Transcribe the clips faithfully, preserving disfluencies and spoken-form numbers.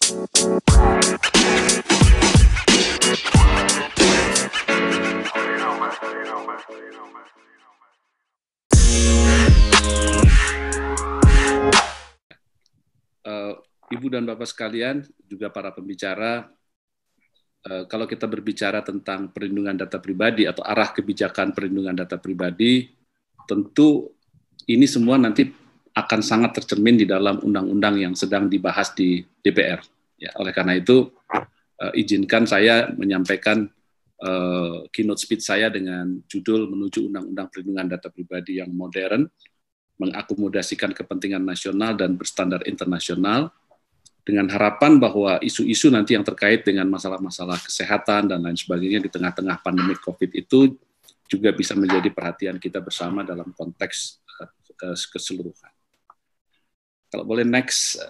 Uh, Ibu dan Bapak sekalian, juga para pembicara, uh, kalau kita berbicara tentang perlindungan data pribadi atau arah kebijakan perlindungan data pribadi, tentu ini semua nanti akan sangat tercermin di dalam undang-undang yang sedang dibahas di D P R. Ya, oleh karena itu, uh, izinkan saya menyampaikan uh, keynote speech saya dengan judul menuju Undang-Undang Perlindungan Data Pribadi yang modern, mengakomodasikan kepentingan nasional dan berstandar internasional, dengan harapan bahwa isu-isu nanti yang terkait dengan masalah-masalah kesehatan dan lain sebagainya di tengah-tengah pandemi COVID itu juga bisa menjadi perhatian kita bersama dalam konteks uh, keseluruhan. Kalau boleh next,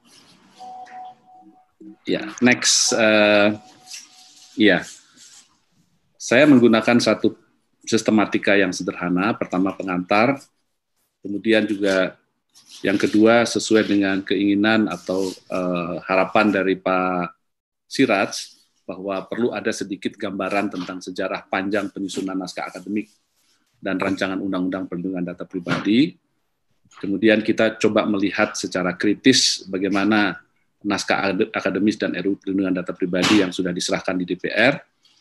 ya next, uh, ya saya menggunakan satu sistematika yang sederhana. Pertama pengantar. Kemudian juga yang kedua sesuai dengan keinginan atau uh, harapan dari Pak Siraj bahwa perlu ada sedikit gambaran tentang sejarah panjang penyusunan naskah akademik dan rancangan undang-undang perlindungan data pribadi. Kemudian kita coba melihat secara kritis bagaimana naskah akademis dan R U U perlindungan data pribadi yang sudah diserahkan di D P R.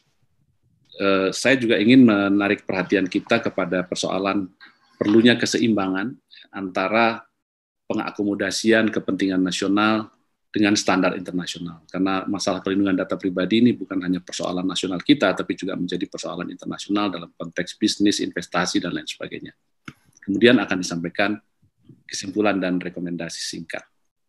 Uh, saya juga ingin menarik perhatian kita kepada persoalan perlunya keseimbangan antara pengakomodasian kepentingan nasional dengan standar internasional. Karena masalah perlindungan data pribadi ini bukan hanya persoalan nasional kita, tapi juga menjadi persoalan internasional dalam konteks bisnis, investasi, dan lain sebagainya. Kemudian akan disampaikan kesimpulan dan rekomendasi singkat.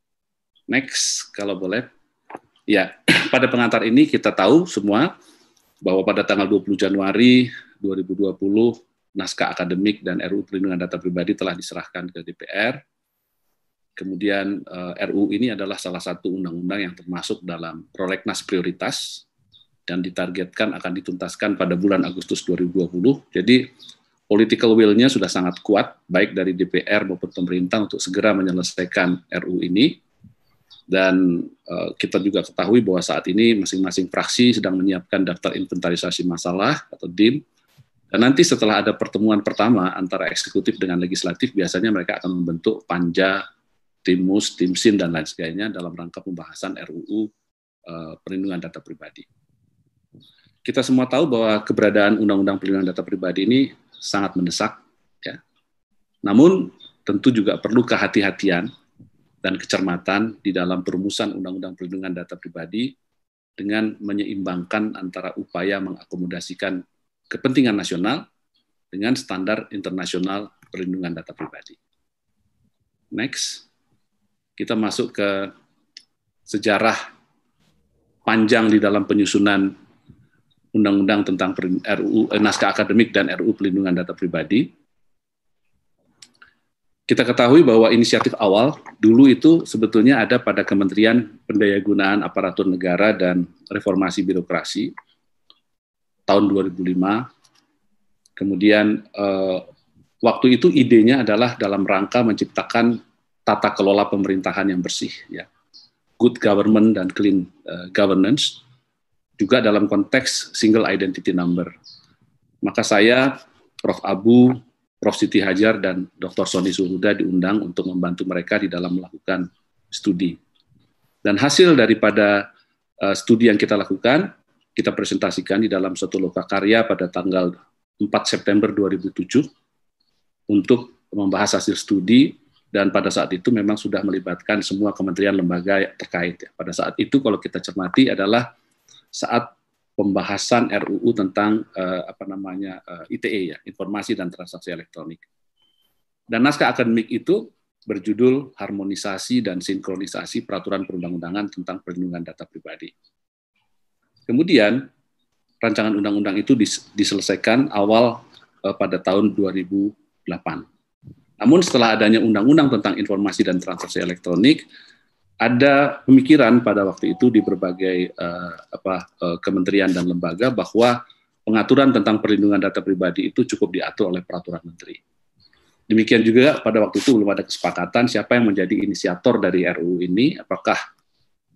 Next, kalau boleh. Ya, pada pengantar ini kita tahu semua bahwa pada tanggal dua puluh Januari dua ribu dua puluh, naskah akademik dan R U U perlindungan data pribadi telah diserahkan ke D P R. Kemudian uh, R U U ini adalah salah satu undang-undang yang termasuk dalam prolegnas prioritas dan ditargetkan akan dituntaskan pada bulan Agustus dua ribu dua puluh. Jadi political will-nya sudah sangat kuat, baik dari D P R maupun pemerintah untuk segera menyelesaikan R U U ini. Dan uh, kita juga ketahui bahwa saat ini masing-masing fraksi sedang menyiapkan daftar inventarisasi masalah atau D I M. Dan nanti setelah ada pertemuan pertama antara eksekutif dengan legislatif, biasanya mereka akan membentuk panja, timus, timsin, dan lain sebagainya dalam rangka pembahasan R U U uh, perlindungan data pribadi. Kita semua tahu bahwa keberadaan Undang-Undang Perlindungan Data Pribadi ini sangat mendesak, ya. Namun tentu juga perlu kehati-hatian dan kecermatan di dalam perumusan Undang-Undang Perlindungan Data Pribadi dengan menyeimbangkan antara upaya mengakomodasikan kepentingan nasional dengan standar internasional perlindungan data pribadi. Next, kita masuk ke sejarah panjang di dalam penyusunan undang-undang tentang R U U, eh, naskah akademik dan R U U perlindungan data pribadi. Kita ketahui bahwa inisiatif awal dulu itu sebetulnya ada pada Kementerian Pendayagunaan Aparatur Negara dan Reformasi Birokrasi tahun dua ribu lima, kemudian eh, waktu itu idenya adalah dalam rangka menciptakan tata kelola pemerintahan yang bersih, ya, good government dan clean uh, governance, juga dalam konteks single identity number. Maka saya, Prof Abu, Prof Siti Hajar, dan Doktor Sony Suhuda diundang untuk membantu mereka di dalam melakukan studi. Dan hasil daripada uh, studi yang kita lakukan, kita presentasikan di dalam suatu lokakarya pada tanggal empat September dua ribu tujuh untuk membahas hasil studi, dan pada saat itu memang sudah melibatkan semua kementerian lembaga terkait. Pada saat itu kalau kita cermati adalah saat pembahasan R U U tentang uh, apa namanya uh, I T E, ya, Informasi dan Transaksi Elektronik. Dan naskah akademik itu berjudul Harmonisasi dan Sinkronisasi Peraturan Perundang-undangan tentang Perlindungan Data Pribadi. Kemudian, rancangan undang-undang itu dis diselesaikan awal uh, pada tahun dua ribu delapan. Namun setelah adanya undang-undang tentang informasi dan transaksi elektronik, ada pemikiran pada waktu itu di berbagai uh, apa, uh, kementerian dan lembaga bahwa pengaturan tentang perlindungan data pribadi itu cukup diatur oleh peraturan menteri. Demikian juga pada waktu itu belum ada kesepakatan siapa yang menjadi inisiator dari R U U ini, apakah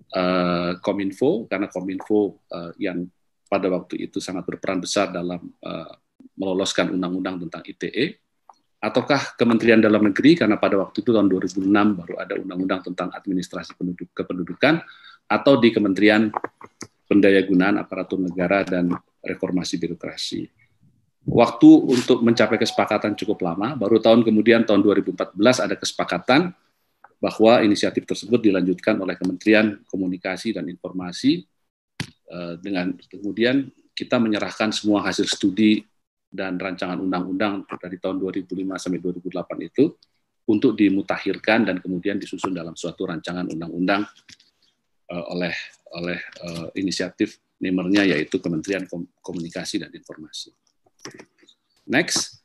uh, Kominfo, karena Kominfo uh, yang pada waktu itu sangat berperan besar dalam uh, meloloskan undang-undang tentang I T E, ataukah Kementerian Dalam Negeri, karena pada waktu itu tahun dua ribu enam baru ada undang-undang tentang administrasi penduduk, kependudukan, atau di Kementerian Pendayagunaan Aparatur Negara dan Reformasi Birokrasi. Waktu untuk mencapai kesepakatan cukup lama, baru tahun kemudian tahun dua ribu empat belas ada kesepakatan bahwa inisiatif tersebut dilanjutkan oleh Kementerian Komunikasi dan Informasi, dengan kemudian kita menyerahkan semua hasil studi dan rancangan undang-undang dari tahun dua ribu lima sampai dua ribu delapan itu untuk dimutakhirkan dan kemudian disusun dalam suatu rancangan undang-undang uh, oleh oleh uh, inisiatif nimernya, yaitu Kementerian Komunikasi dan Informasi. Next.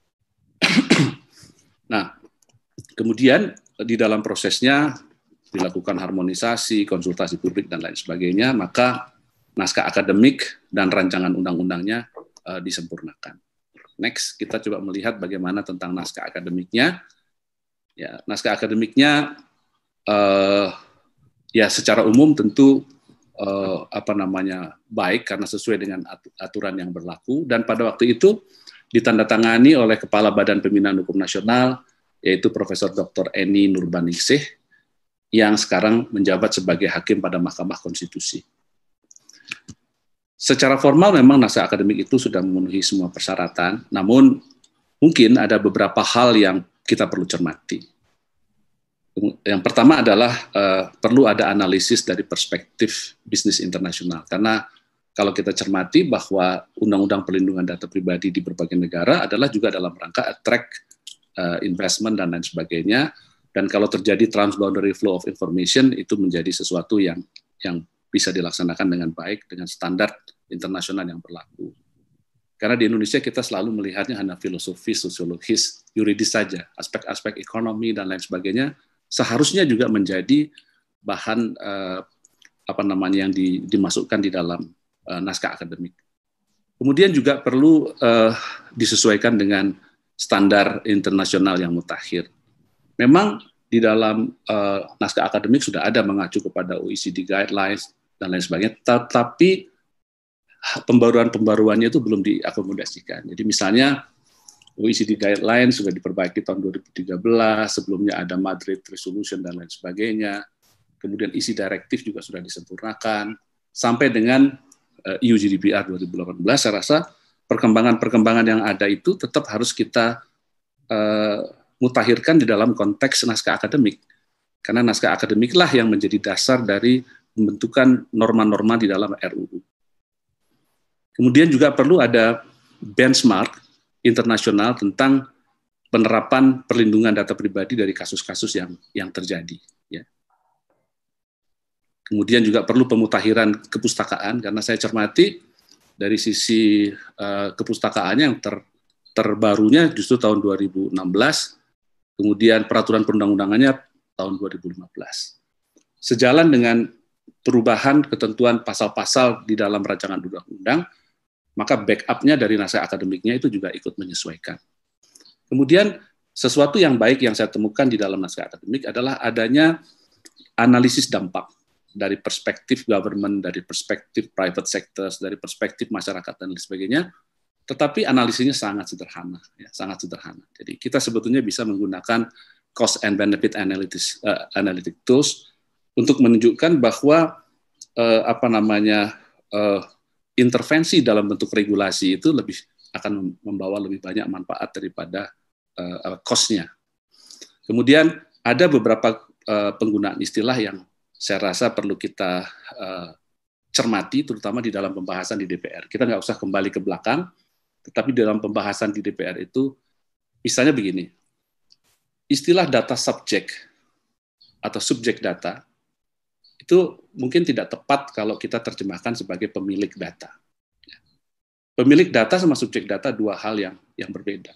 Nah, kemudian di dalam prosesnya dilakukan harmonisasi, konsultasi publik dan lain sebagainya, maka naskah akademik dan rancangan undang-undangnya uh, disempurnakan. Next, kita coba melihat bagaimana tentang naskah akademiknya. Ya, naskah akademiknya uh, ya secara umum tentu uh, apa namanya baik karena sesuai dengan aturan yang berlaku, dan pada waktu itu ditandatangani oleh Kepala Badan Pembinaan Hukum Nasional, yaitu Profesor Doktor Eni Nurbaningsih, yang sekarang menjabat sebagai hakim pada Mahkamah Konstitusi. Secara formal memang naskah akademik itu sudah memenuhi semua persyaratan, namun mungkin ada beberapa hal yang kita perlu cermati. Yang pertama adalah uh, perlu ada analisis dari perspektif bisnis internasional, karena kalau kita cermati bahwa Undang-Undang Perlindungan Data Pribadi di berbagai negara adalah juga dalam rangka attract uh, investment dan lain sebagainya, dan kalau terjadi transboundary flow of information itu menjadi sesuatu yang yang bisa dilaksanakan dengan baik dengan standar internasional yang berlaku. Karena di Indonesia kita selalu melihatnya hanya filosofis, sosiologis, yuridis saja, aspek-aspek ekonomi dan lain sebagainya seharusnya juga menjadi bahan eh, apa namanya yang di, dimasukkan di dalam eh, naskah akademik. Kemudian juga perlu eh, disesuaikan dengan standar internasional yang mutakhir. Memang di dalam eh, naskah akademik sudah ada mengacu kepada O E C D guidelines dan lain sebagainya, tetapi pembaruan-pembaruannya itu belum diakomodasikan. Jadi misalnya O E C D guidelines sudah diperbaiki tahun dua ribu tiga belas, sebelumnya ada Madrid Resolution dan lain sebagainya, kemudian isi direktif juga sudah disempurnakan, sampai dengan uh, E U G D P R dua ribu delapan belas, saya rasa perkembangan-perkembangan yang ada itu tetap harus kita uh, mutakhirkan di dalam konteks naskah akademik, karena naskah akademiklah yang menjadi dasar dari pembentukan norma-norma di dalam R U U. Kemudian juga perlu ada benchmark internasional tentang penerapan perlindungan data pribadi dari kasus-kasus yang yang terjadi. Ya. Kemudian juga perlu pemutakhiran kepustakaan, karena saya cermati dari sisi uh, kepustakaannya yang ter, terbarunya justru tahun dua ribu enam belas, kemudian peraturan perundang-undangannya tahun dua ribu lima belas. Sejalan dengan perubahan ketentuan pasal-pasal di dalam rancangan undang-undang, maka backup-nya dari naskah akademiknya itu juga ikut menyesuaikan. Kemudian sesuatu yang baik yang saya temukan di dalam naskah akademik adalah adanya analisis dampak dari perspektif government, dari perspektif private sectors, dari perspektif masyarakat dan lain sebagainya, tetapi analisisnya sangat sederhana, ya, sangat sederhana. Jadi kita sebetulnya bisa menggunakan cost and benefit analysis, uh, analytic tools untuk menunjukkan bahwa uh, apa namanya uh, intervensi dalam bentuk regulasi itu lebih akan membawa lebih banyak manfaat daripada uh, cost-nya. Kemudian ada beberapa uh, penggunaan istilah yang saya rasa perlu kita uh, cermati, terutama di dalam pembahasan di D P R. Kita nggak usah kembali ke belakang, tetapi dalam pembahasan di D P R itu, misalnya begini, istilah data subject atau subjek data, itu mungkin tidak tepat kalau kita terjemahkan sebagai pemilik data. Pemilik data sama subjek data dua hal yang yang berbeda.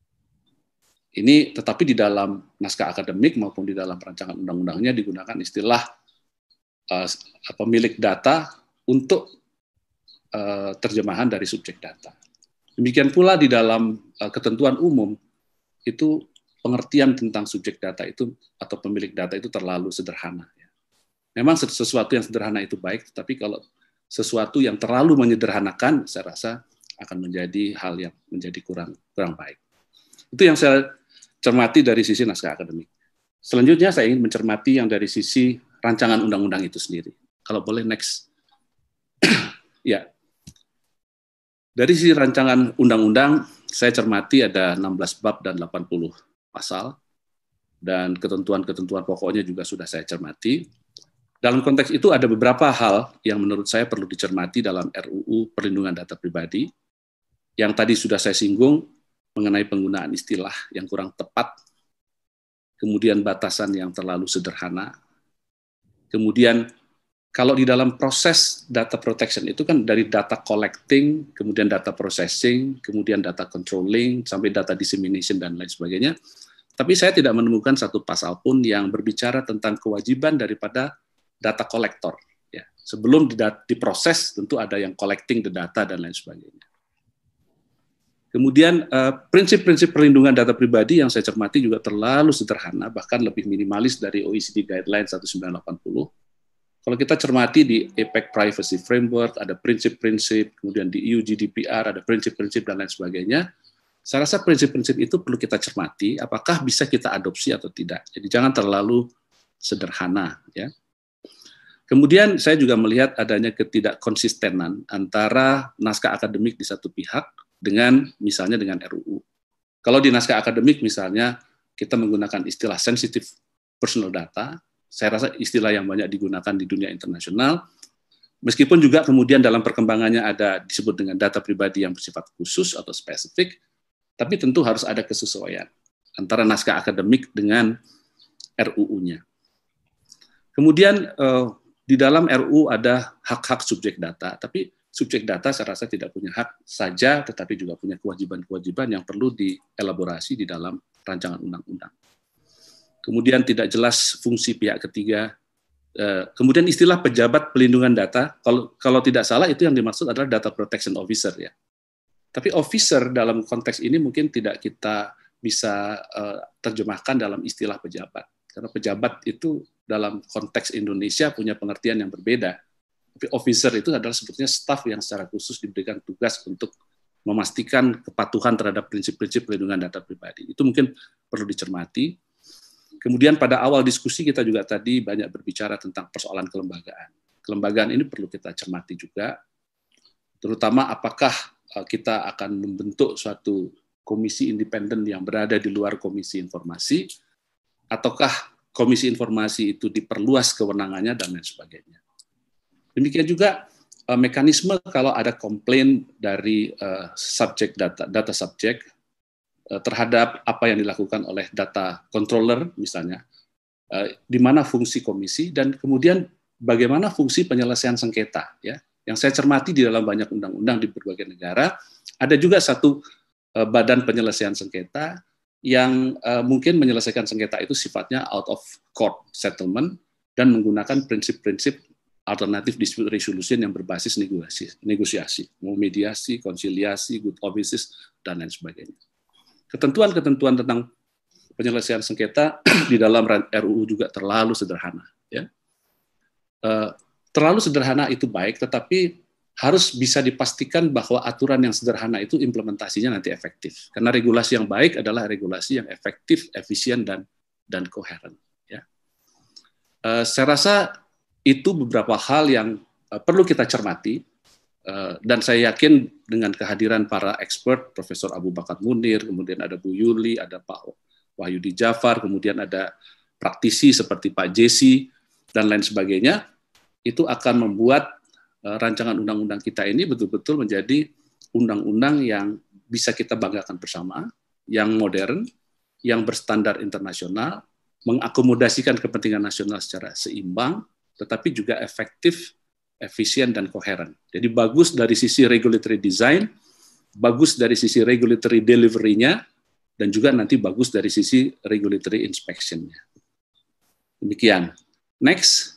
Ini tetapi di dalam naskah akademik maupun di dalam rancangan undang-undangnya digunakan istilah uh, pemilik data untuk uh, terjemahan dari subjek data. Demikian pula di dalam uh, ketentuan umum itu pengertian tentang subjek data itu atau pemilik data itu terlalu sederhana. memang sesuatu yang sederhana itu baik, tapi kalau sesuatu yang terlalu menyederhanakan, saya rasa akan menjadi hal yang menjadi kurang kurang baik. Itu yang saya cermati dari sisi naskah akademik. Selanjutnya saya ingin mencermati yang dari sisi rancangan undang-undang itu sendiri. Kalau boleh next. Ya. Dari sisi rancangan undang-undang, saya cermati ada enam belas bab dan delapan puluh pasal, dan ketentuan-ketentuan pokoknya juga sudah saya cermati. Dalam konteks itu ada beberapa hal yang menurut saya perlu dicermati dalam R U U Perlindungan Data Pribadi, yang tadi sudah saya singgung mengenai penggunaan istilah yang kurang tepat, kemudian batasan yang terlalu sederhana, kemudian kalau di dalam proses data protection itu kan dari data collecting, kemudian data processing, kemudian data controlling, sampai data dissemination dan lain sebagainya. Tapi saya tidak menemukan satu pasal pun yang berbicara tentang kewajiban daripada data collector. Ya. Sebelum diproses tentu ada yang collecting the data dan lain sebagainya. Kemudian prinsip-prinsip perlindungan data pribadi yang saya cermati juga terlalu sederhana, bahkan lebih minimalis dari O E C D Guideline seribu sembilan ratus delapan puluh. Kalau kita cermati di A P E C Privacy Framework, ada prinsip-prinsip, kemudian di E U G D P R, ada prinsip-prinsip dan lain sebagainya. Saya rasa prinsip-prinsip itu perlu kita cermati, apakah bisa kita adopsi atau tidak. Jadi jangan terlalu sederhana. Ya. Kemudian saya juga melihat adanya ketidakkonsistenan antara naskah akademik di satu pihak dengan misalnya dengan R U U. Kalau di naskah akademik misalnya kita menggunakan istilah sensitive personal data, saya rasa istilah yang banyak digunakan di dunia internasional, meskipun juga kemudian dalam perkembangannya ada disebut dengan data pribadi yang bersifat khusus atau spesifik, tapi tentu harus ada kesesuaian antara naskah akademik dengan R U U-nya. Kemudian di dalam R U U ada hak-hak subjek data, tapi subjek data saya rasa tidak punya hak saja, tetapi juga punya kewajiban-kewajiban yang perlu dielaborasi di dalam rancangan undang-undang. Kemudian tidak jelas fungsi pihak ketiga. Kemudian istilah pejabat pelindungan data, kalau kalau tidak salah itu yang dimaksud adalah data protection officer ya. Tapi officer dalam konteks ini mungkin tidak kita bisa terjemahkan dalam istilah pejabat. Karena pejabat itu dalam konteks Indonesia punya pengertian yang berbeda. Tapi officer itu adalah sebetulnya staf yang secara khusus diberikan tugas untuk memastikan kepatuhan terhadap prinsip-prinsip pelindungan data pribadi. Itu mungkin perlu dicermati. Kemudian pada awal diskusi kita juga tadi banyak berbicara tentang persoalan kelembagaan. Kelembagaan ini perlu kita cermati juga, terutama apakah kita akan membentuk suatu komisi independen yang berada di luar komisi informasi, ataukah komisi informasi itu diperluas kewenangannya dan lain sebagainya. Demikian juga uh, mekanisme kalau ada komplain dari uh, subjek data, data subjek uh, terhadap apa yang dilakukan oleh data controller misalnya, uh, di mana fungsi komisi dan kemudian bagaimana fungsi penyelesaian sengketa. Ya, yang saya cermati di dalam banyak undang-undang di berbagai negara ada juga satu uh, badan penyelesaian sengketa yang uh, mungkin menyelesaikan sengketa itu sifatnya out of court settlement dan menggunakan prinsip-prinsip alternatif dispute resolution yang berbasis negosiasi, negosiasi, mau mediasi, konsiliasi, good offices, dan lain sebagainya. Ketentuan-ketentuan tentang penyelesaian sengketa di dalam R U U juga terlalu sederhana. Ya. Uh, terlalu sederhana itu baik, tetapi harus bisa dipastikan bahwa aturan yang sederhana itu implementasinya nanti efektif. Karena regulasi yang baik adalah regulasi yang efektif, efisien, dan dan koheren. Ya. Uh, saya rasa itu beberapa hal yang uh, perlu kita cermati, uh, dan saya yakin dengan kehadiran para expert, Profesor Abu Bakar Munir, kemudian ada Bu Yuli, ada Pak Wahyudi Jafar, kemudian ada praktisi seperti Pak Jesse, dan lain sebagainya, itu akan membuat uh, rancangan undang-undang kita ini betul-betul menjadi undang-undang yang bisa kita banggakan bersama, yang modern, yang berstandar internasional, mengakomodasikan kepentingan nasional secara seimbang, tetapi juga efektif, efisien, dan koheren. Jadi bagus dari sisi regulatory design, bagus dari sisi regulatory delivery-nya, dan juga nanti bagus dari sisi regulatory inspection-nya. Demikian. Next.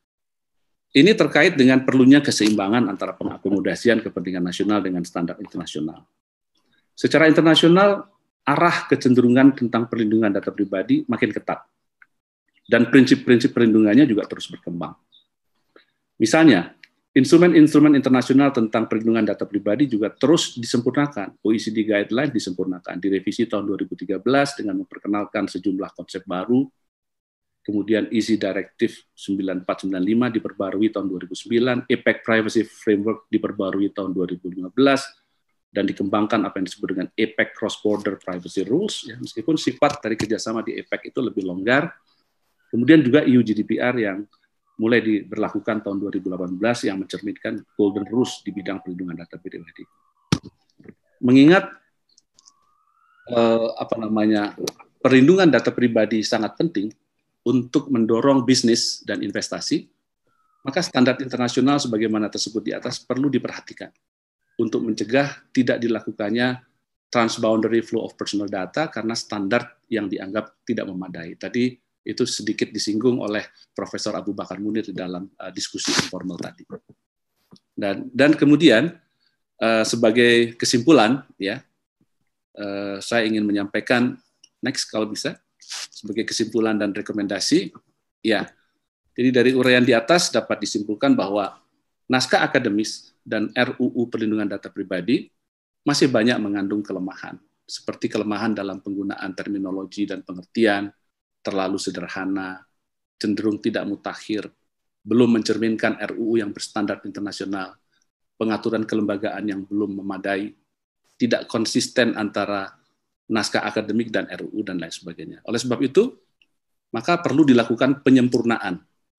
Ini terkait dengan perlunya keseimbangan antara pengakomodasian kepentingan nasional dengan standar internasional. Secara internasional, arah kecenderungan tentang perlindungan data pribadi makin ketat. dan prinsip-prinsip perlindungannya juga terus berkembang. Misalnya, instrumen-instrumen internasional tentang perlindungan data pribadi juga terus disempurnakan. O E C D Guidelines disempurnakan, direvisi tahun dua ribu tiga belas dengan memperkenalkan sejumlah konsep baru. Kemudian E C Directive sembilan empat sembilan lima diperbarui tahun dua ribu sembilan, A P E C Privacy Framework diperbarui tahun dua ribu lima belas, dan dikembangkan apa yang disebut dengan A P E C Cross Border Privacy Rules, ya, meskipun sifat dari kerjasama di A P E C itu lebih longgar. Kemudian juga E U G D P R yang mulai diberlakukan tahun dua ribu delapan belas yang mencerminkan golden rules di bidang perlindungan data pribadi. Mengingat eh, apa namanya perlindungan data pribadi sangat penting untuk mendorong bisnis dan investasi, maka standar internasional sebagaimana tersebut di atas perlu diperhatikan untuk mencegah tidak dilakukannya transboundary flow of personal data karena standar yang dianggap tidak memadai. Tadi itu sedikit disinggung oleh Profesor Abu Bakar Munir di dalam uh, diskusi informal tadi. Dan dan kemudian uh, sebagai kesimpulan, ya, uh, saya ingin menyampaikan next kalau bisa sebagai kesimpulan dan rekomendasi, ya. Jadi dari uraian di atas dapat disimpulkan bahwa naskah akademis dan R U U Perlindungan Data Pribadi masih banyak mengandung kelemahan, seperti kelemahan dalam penggunaan terminologi dan pengertian, terlalu sederhana, cenderung tidak mutakhir, belum mencerminkan R U U yang berstandar internasional, pengaturan kelembagaan yang belum memadai, tidak konsisten antara naskah akademik dan R U U dan lain sebagainya. Oleh sebab itu, maka perlu dilakukan penyempurnaan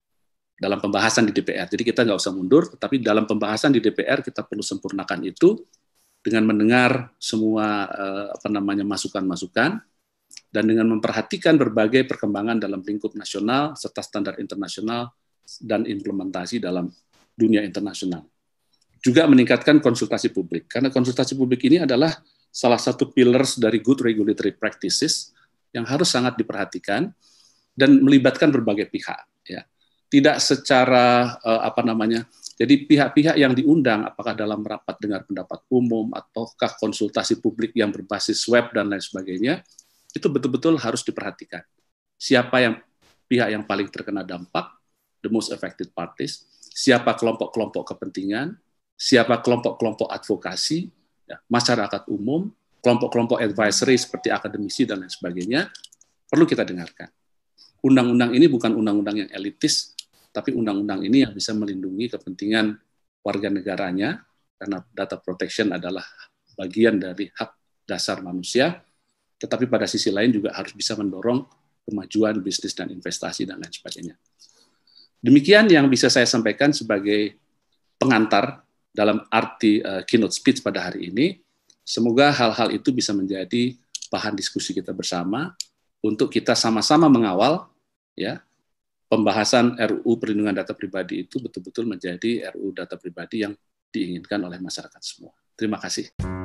dalam pembahasan di D P R. Jadi kita nggak usah mundur, tetapi dalam pembahasan di D P R kita perlu sempurnakan itu dengan mendengar semua eh, apa namanya masukan-masukan, dan dengan memperhatikan berbagai perkembangan dalam lingkup nasional serta standar internasional dan implementasi dalam dunia internasional. Juga meningkatkan konsultasi publik, karena konsultasi publik ini adalah salah satu pillars dari good regulatory practices yang harus sangat diperhatikan dan melibatkan berbagai pihak. Ya. Tidak secara uh, apa namanya, jadi pihak-pihak yang diundang, apakah dalam rapat dengar pendapat umum ataukah konsultasi publik yang berbasis web dan lain sebagainya, itu betul-betul harus diperhatikan. Siapa yang pihak yang paling terkena dampak, the most affected parties, siapa kelompok-kelompok kepentingan, siapa kelompok-kelompok advokasi, ya, masyarakat umum, kelompok-kelompok advisory seperti akademisi dan lain sebagainya, perlu kita dengarkan. Undang-undang ini bukan undang-undang yang elitis, tapi undang-undang ini yang bisa melindungi kepentingan warga negaranya, karena data protection adalah bagian dari hak dasar manusia, tetapi pada sisi lain juga harus bisa mendorong kemajuan bisnis dan investasi dan lain sebagainya. Demikian yang bisa saya sampaikan sebagai pengantar dalam arti uh, keynote speech pada hari ini. Semoga hal-hal itu bisa menjadi bahan diskusi kita bersama untuk kita sama-sama mengawal, ya, pembahasan R U U Perlindungan Data Pribadi itu betul-betul menjadi R U U Data Pribadi yang diinginkan oleh masyarakat semua. Terima kasih.